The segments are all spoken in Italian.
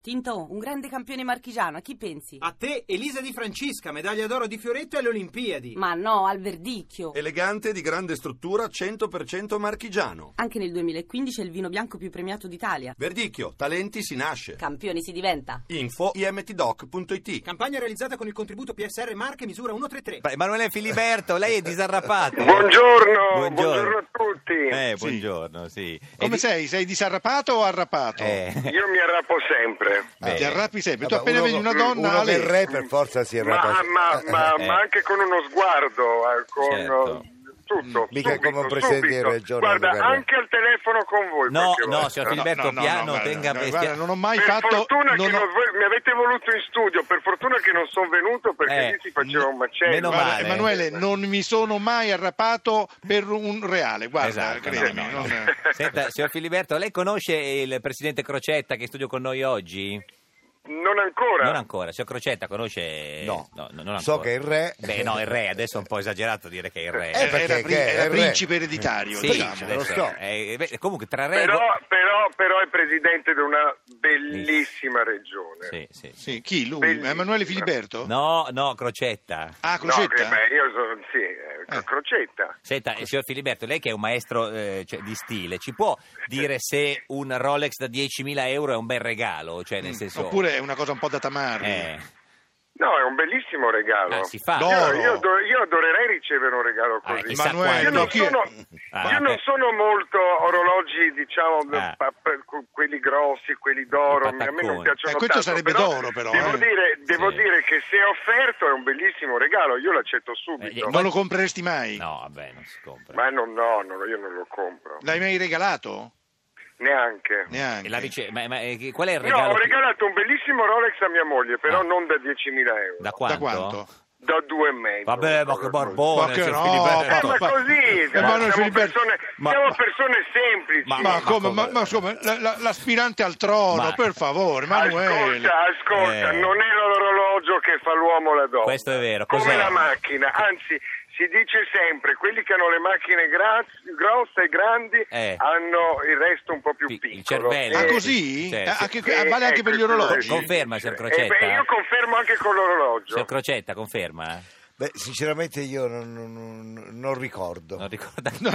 Tinto, un grande campione marchigiano, a chi pensi? A te, Elisa Di Francisca, medaglia d'oro di Fioretto alle Olimpiadi. Ma no, al Verdicchio. Elegante, di grande struttura, 100% marchigiano. Anche nel 2015 è il vino bianco più premiato d'Italia. Verdicchio, talenti si nasce. Campioni si diventa. Info imtdoc.it. Campagna realizzata con il contributo PSR Marche misura 133. Emanuele Filiberto, lei è disarrapato. Buongiorno a tutti. Buongiorno, sì. Come sei? Sei disarrapato o arrapato? Io mi arrappo sempre. Ti arrappi sempre. Tu Vabbè, appena vedi una donna, uno che è re per forza si arrabba. Ma anche con uno sguardo, con Certo. tutto. Mica come un presidente di regione. Guarda, Luca. anche al telefono con voi. No, qualche volta. signor Filiberto, piano, tenga bestia. guarda, non ho mai Per fatto. fortuna non che ho- voi mi avete voluto in studio, per fortuna che non sono venuto perché lì si faceva un macello. meno Guarda, male. Emanuele, non mi sono mai arrappato per un reale. Guarda, Esatto, credimi. no. non- Senta, signor Filiberto, lei conosce il presidente Crocetta che è in studio con noi oggi? Non ancora. Non ancora, signor Crocetta conosce? No. non ancora. So che è il re. Beh, no, il re, adesso è un po' esagerato dire che è il re. perché Era, che è era il re? principe ereditario, Sì, diciamo. adesso, lo so. Comunque tra re Però è presidente di una bellissima regione. Sì. Sì, chi? Lui? Bellissimo. Emanuele Filiberto? No, Crocetta. Ah, No, Crocetta? io sono Crocetta. Senta, signor Filiberto, lei che è un maestro di stile, ci può dire se un Rolex da 10.000 euro è un bel regalo? Cioè, nel senso... Oppure è una cosa un po' da tamarri. No, è un bellissimo regalo. si fa. No. Io adorerei ricevere un regalo così. chissà Emanuele, Io non chi- sono, Ah, io non sono molto orologi, diciamo, Ah. quelli grossi, quelli d'oro, a me non Patacconi. piacciono questo tanto. sarebbe d'oro, però, Devo, Sì. dire che se è offerto è un bellissimo regalo, io l'accetto subito. Non lo compreresti mai? No, vabbè, non si compra. Ma no, io non lo compro. L'hai mai regalato? Neanche. Neanche. E qual è il No, regalo? ho regalato un bellissimo Rolex a mia moglie, però non da 10.000 euro. Da quanto? Da quanto? Da 2,5. Vabbè, ma che barbone, Ma che signor no, Filiberto. Ma così, Emanuele Filiberto. siamo persone semplici. Ma come? L'aspirante al trono, Ma- per favore, Emanuele. Ascolta, non è l'orologio che fa l'uomo la donna. Questo è vero. Come Cos'è? la macchina, anzi, si dice sempre, quelli che hanno le macchine grosse e grandi hanno il resto un po' più piccolo. Il cervello. Ah, così? Sì. Vale anche per gli orologi? Conferma, signor Crocetta? Io confermo anche con l'orologio. Signor Crocetta, conferma? Beh, sinceramente io non ricordo. Non ricorda? Non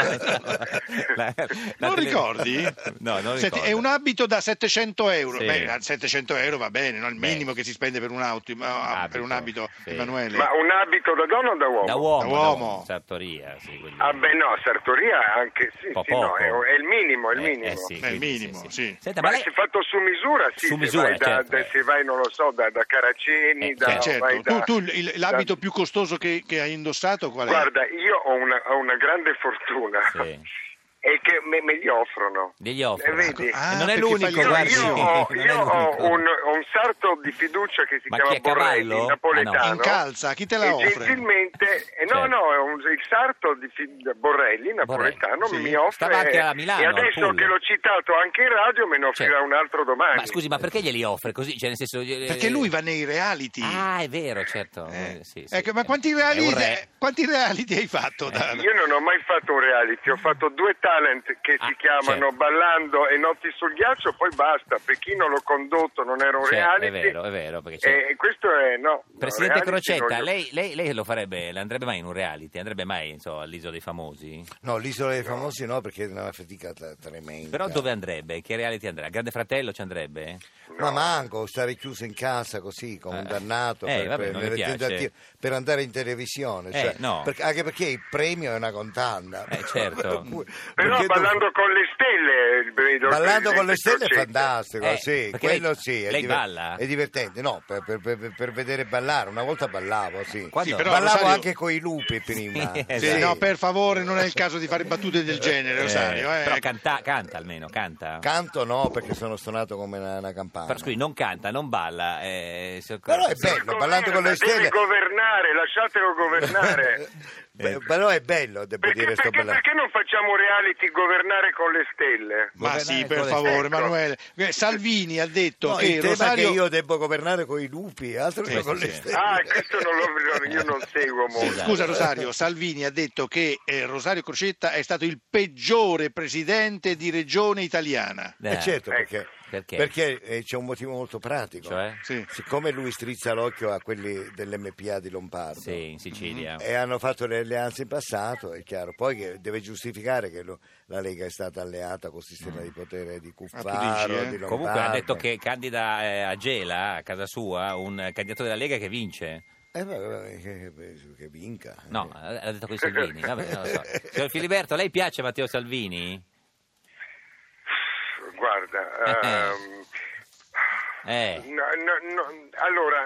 Non ricordi? No, non Senti, ricordo. è un abito da 700 euro. Sì. Beh, 700 euro va bene, no? Il minimo che si spende per un per un abito, sì. Emanuele. Ma un abito da donna o da uomo? Da uomo. Da uomo. Sartoria, sì. Quelli... Ah beh no, sartoria anche sì, Po' sì no, poco. è il minimo, è il minimo. sì, È il quindi minimo, sì. Senta, Ma ma lei... se fatto su misura, sì, Su se misura, vai certo. se vai, non lo so, da Caraceni, Certo. vai da... Tu l'abito più costoso che hai indossato qual è? Guarda, io ho una grande fortuna. Sì. E che me li offrono. Glieli offrono. Vedi? Ah, non è perché l'unico, fai le guardi. Io non ho, è io ho l'unico. un sarto di fiducia che si Ma chiama chi è, Cavallo? Borrelli, napoletano. In calza, chi te la E offre? gentilmente, Certo. è il sarto di Borrelli, napoletano, sì. mi offre. Stava anche a Milano, e al adesso Pool. che l'ho citato anche in radio, me ne offrirà Certo. un altro domani. Ma scusi, ma perché glieli offre così? Cioè, nel senso... Perché lui va nei reality. Ah, è vero, certo. Sì. Ecco, ma quanti È un re. reality hai fatto? Io non ho mai fatto un reality, ho fatto 2 talent che si chiamano certo. Ballando e Notti sul ghiaccio, poi basta. Pechino l'ho condotto, non era un reality. È vero, perché c'è... E questo è no. Presidente reality Crocetta, non- lei lo farebbe, andrebbe mai in un reality? Andrebbe mai all'Isola dei Famosi? No, l'isola dei famosi no, perché è una fatica tremenda. Però dove andrebbe? Che reality andrebbe? A Grande Fratello ci andrebbe? Ma manco stare chiuso in casa così come un dannato vabbè, non mi piace. per andare in televisione, cioè, no. anche perché il premio è una contanda. Certo. Però Perché Ballando con le stelle vedo il Ballando con le stelle è Crocetta. fantastico, sì, perché quello lei- sì, lei balla? è divertente, no, per vedere ballare, una volta ballavo, sì. Quando- Sì, però, Ballavo Rosario- anche coi lupi prima. Sì, Sì, esatto. no, per favore, non è il caso di fare battute del genere, Rosario. Però canta almeno, canta. Canto no, perché sono stonato come una campana. Però scusi, non canta, non balla. Però è bello, Ballando con le stelle. Deve governare, lasciatelo governare. Però è bello, devo dire, sto ballando. Perché non facciamo un reality governare con le stelle? Ma sì, Governare per con le favore, stelle. Emanuele. Salvini ha detto No, che il tema Rosario... è che io devo governare con i lupi, altro che con le sì. stelle. Ah, questo io non seguo molto. Scusa Rosario, Salvini ha detto che Rosario Crocetta è stato il peggiore presidente di regione italiana. Certo, perché Perché c'è un motivo molto pratico. Cioè? Sì. Siccome lui strizza l'occhio a quelli dell'MPA di Lombardo, Sì, in Sicilia. e hanno fatto le alleanze in passato, è chiaro. Poi che deve giustificare che la Lega è stata alleata col sistema di potere di Cuffaro, tu dici, di Lombardo. Comunque ha detto che candida a Gela, a casa sua, un candidato della Lega che vince. Che vinca. No, ha detto con i Salvini. Vabbè, non lo so. Signor Filiberto, a lei piace Matteo Salvini? Guarda, allora,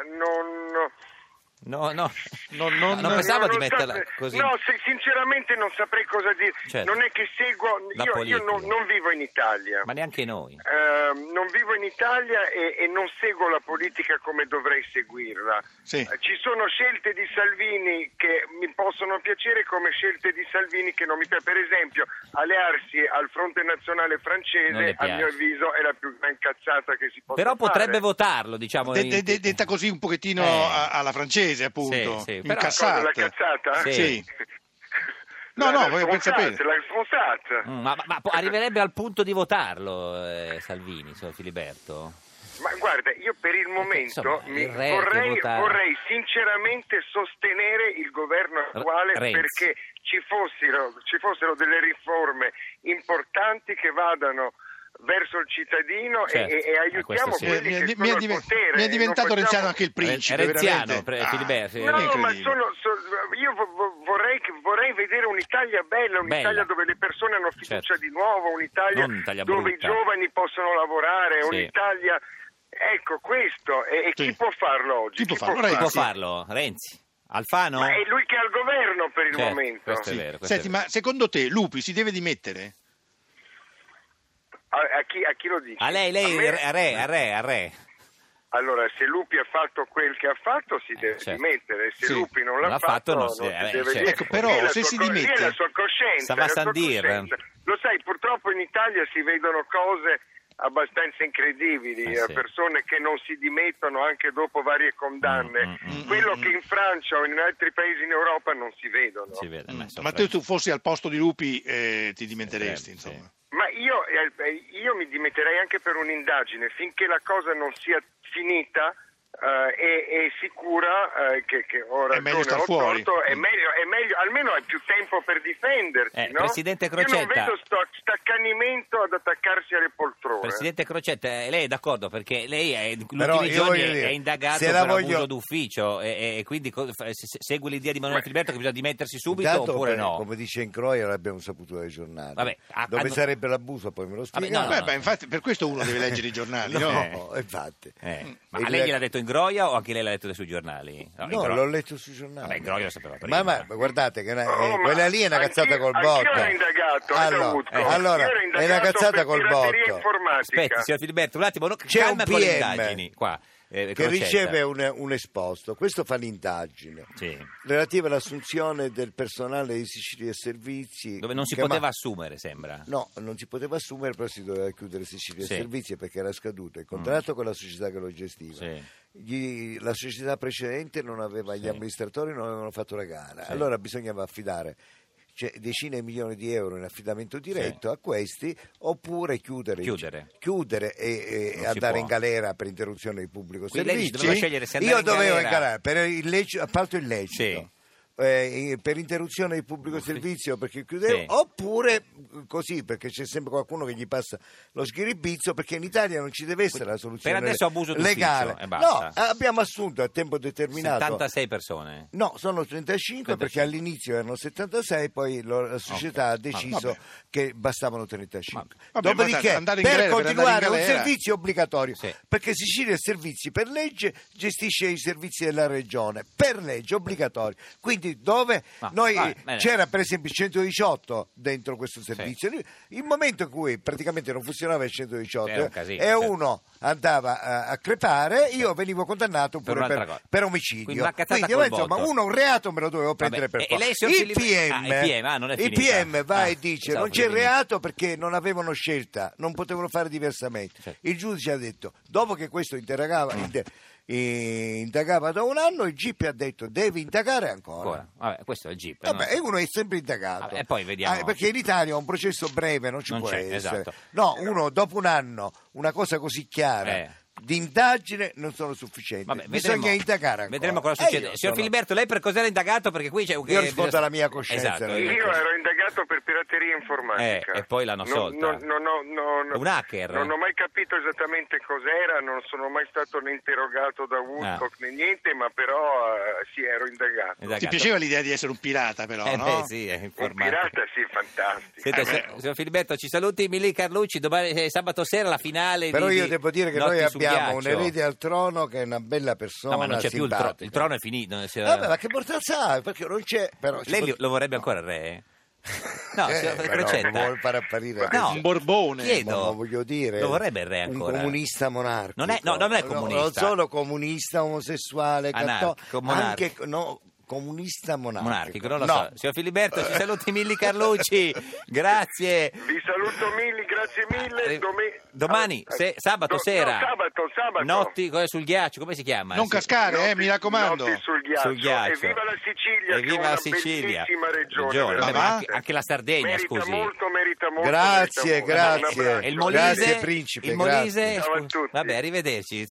non pensavo di metterla così. No, sinceramente non saprei cosa dire. Certo. Non è che seguo, io non vivo in Italia. Ma neanche noi. Non vivo in Italia e non seguo la politica come dovrei seguirla. Sì. Ci sono scelte di Salvini che mi possono piacere come scelte di Salvini che non mi piacciono. Per esempio, allearsi al Fronte Nazionale francese, a mio avviso, è la più gran cazzata che si possa Però fare. potrebbe votarlo, diciamo. Detta così un pochettino alla francese, appunto. Sì, Cosa, Incassata. la cazzata? Sì. No, voglio per sapere. La sfonsata. Ma arriverebbe al punto di votarlo Salvini, signor Filiberto? Ma guarda, io per il momento vorrei sinceramente sostenere il governo attuale perché ci fossero delle riforme importanti che vadano verso il cittadino, certo, e aiutiamo quelli che sono al potere. Mi è diventato renziano anche il principe. È renziano, veramente. Filiberto. No, ma io vorrei vedere un'Italia bella, un'Italia dove le persone hanno fiducia di nuovo, un'Italia dove i giovani possono lavorare, un'Italia... Ecco, questo. E chi può farlo oggi? Chi può farlo? Renzi. Alfano? Ma è lui che è al governo per il momento. Questo è vero. Senti, ma secondo te Lupi si deve dimettere? A chi lo dici? A lei, a Re. Allora, se Lupi ha fatto quel che ha fatto, si deve dimettere. Se Lupi non l'ha fatto, non si deve dire. Ecco, però, se si dimette... Lì è la sua coscienza. Lo sai, purtroppo in Italia si vedono cose abbastanza incredibili, persone che non si dimettono anche dopo varie condanne. Quello che in Francia o in altri paesi in Europa non si vedono. Ma tu fossi al posto di Lupi ti dimetteresti, insomma. Ma io mi dimetterei anche per un'indagine finché la cosa non sia finita e sicura che ho ragione, è meglio star fuori. Torto, è meglio, almeno hai più tempo per difenderti, no? Presidente Crocetta, io non vedo sto accanimento ad attaccarsi alle poltrone. Presidente Crocetta, lei è d'accordo perché lei l'ultimi giorni è indagato per abuso d'ufficio e quindi segue l'idea di Manuel Filiberto che bisogna dimettersi subito. Intanto, oppure no? Come dice Incroia, l'abbiamo saputo dai giornali. Vabbè, dove sarebbe l'abuso, poi me lo spiega. Beh, infatti per questo uno deve leggere i giornali. No, infatti. Ma a lei gliel'ha detto Ingroia o anche lei l'ha letto sui giornali? No, l'ho letto sui giornali. Vabbè, Ingroia lo sapeva prima. Ma guardate che quella lì è una cazzata col botto. Allora, è una cazzata col botto. Aspetti, signor Filiberto, un attimo, c'è calma un con le indagini qua. Che riceve un esposto. Questo fa l'indagine relativa all'assunzione del personale di Sicilia e Servizi, dove non si poteva assumere, sembra. No, non si poteva assumere, però si doveva chiudere Sicilia e Servizi perché era scaduto il contratto con la società che lo gestiva. La società precedente non aveva gli amministratori, non avevano fatto la gara, allora bisognava affidare decine di milioni di euro in affidamento diretto a questi, oppure chiudere e andare in galera per interruzione di pubblico servizio. Io dovevo incarare per appalto illecito. Per interruzione di pubblico servizio perché chiudevo, oppure così perché c'è sempre qualcuno che gli passa lo schiribizzo, perché in Italia non ci deve essere la soluzione per adesso abuso legale. No, abbiamo assunto a tempo determinato 76 persone. No, sono 35 perché all'inizio erano 76, poi la società ha deciso che bastavano 35. Dopodiché per continuare un servizio obbligatorio, perché Sicilia Servizi per legge gestisce i servizi della regione, per legge obbligatorio, quindi dove c'era per esempio il 118 dentro questo servizio. Il momento in cui praticamente non funzionava il 118 e uno andava a crepare, io venivo condannato pure per omicidio. Quindi insomma, un reato me lo dovevo prendere per forza. Il PM va e dice non c'è reato perché non avevano scelta, non potevano fare diversamente. Il giudice ha detto, dopo che questo indagava da un anno, il GIP ha detto devi indagare ancora. ancora. Vabbè, questo è il GIP. Vabbè, uno è sempre indagato. Vabbè, poi vediamo. Perché in Italia un processo breve non può essere. Esatto. No, uno dopo un anno, una cosa così chiara di indagine non sono sufficienti. Vabbè, bisogna indagare ancora. Vedremo cosa succede. Signor Filiberto, lei per cos'era indagato? Perché qui c'è io rispondo alla mia coscienza. Esatto. Io ero indagato per pirateria informatica. E poi l'hanno solta. Un hacker. Non ho mai capito esattamente cos'era, non sono mai stato né interrogato da Woodcock né niente, ma però sì, ero indagato. Ti piaceva l'idea di essere un pirata, però, no? Sì, è un pirata, sì, fantastico. Senta, signor Filiberto, ci saluti Mili Carlucci, domani sabato sera la finale. Però io devo dire che noi abbiamo ghiaccio. Un erede al trono che è una bella persona. No, ma non c'è più il trono è finito. Vabbè, ma che importanza ha? Perché non c'è. Però lei lo vorrebbe ancora il re? No, non vuole fare apparire un Borbone. Chiedo, ma voglio dire, lo vorrebbe il re ancora. Un comunista monarchico. Non è comunista. Non solo comunista, omosessuale, anarchico, anche comunista monarchico. Non lo so. Signor Filiberto, ci saluti Milli Carlucci. Grazie. Vi saluto Milli, grazie mille. Domani, sabato sera. Sabato. Notti sul ghiaccio, come si chiama? Non cascare, mi raccomando. Notti sul ghiaccio. E viva la Sicilia, che è una bellissima regione. Ma anche la Sardegna, scusi. Merita molto. Grazie. E il Molise? Grazie principe. Il Molise? Ciao a tutti. Vabbè, arrivederci.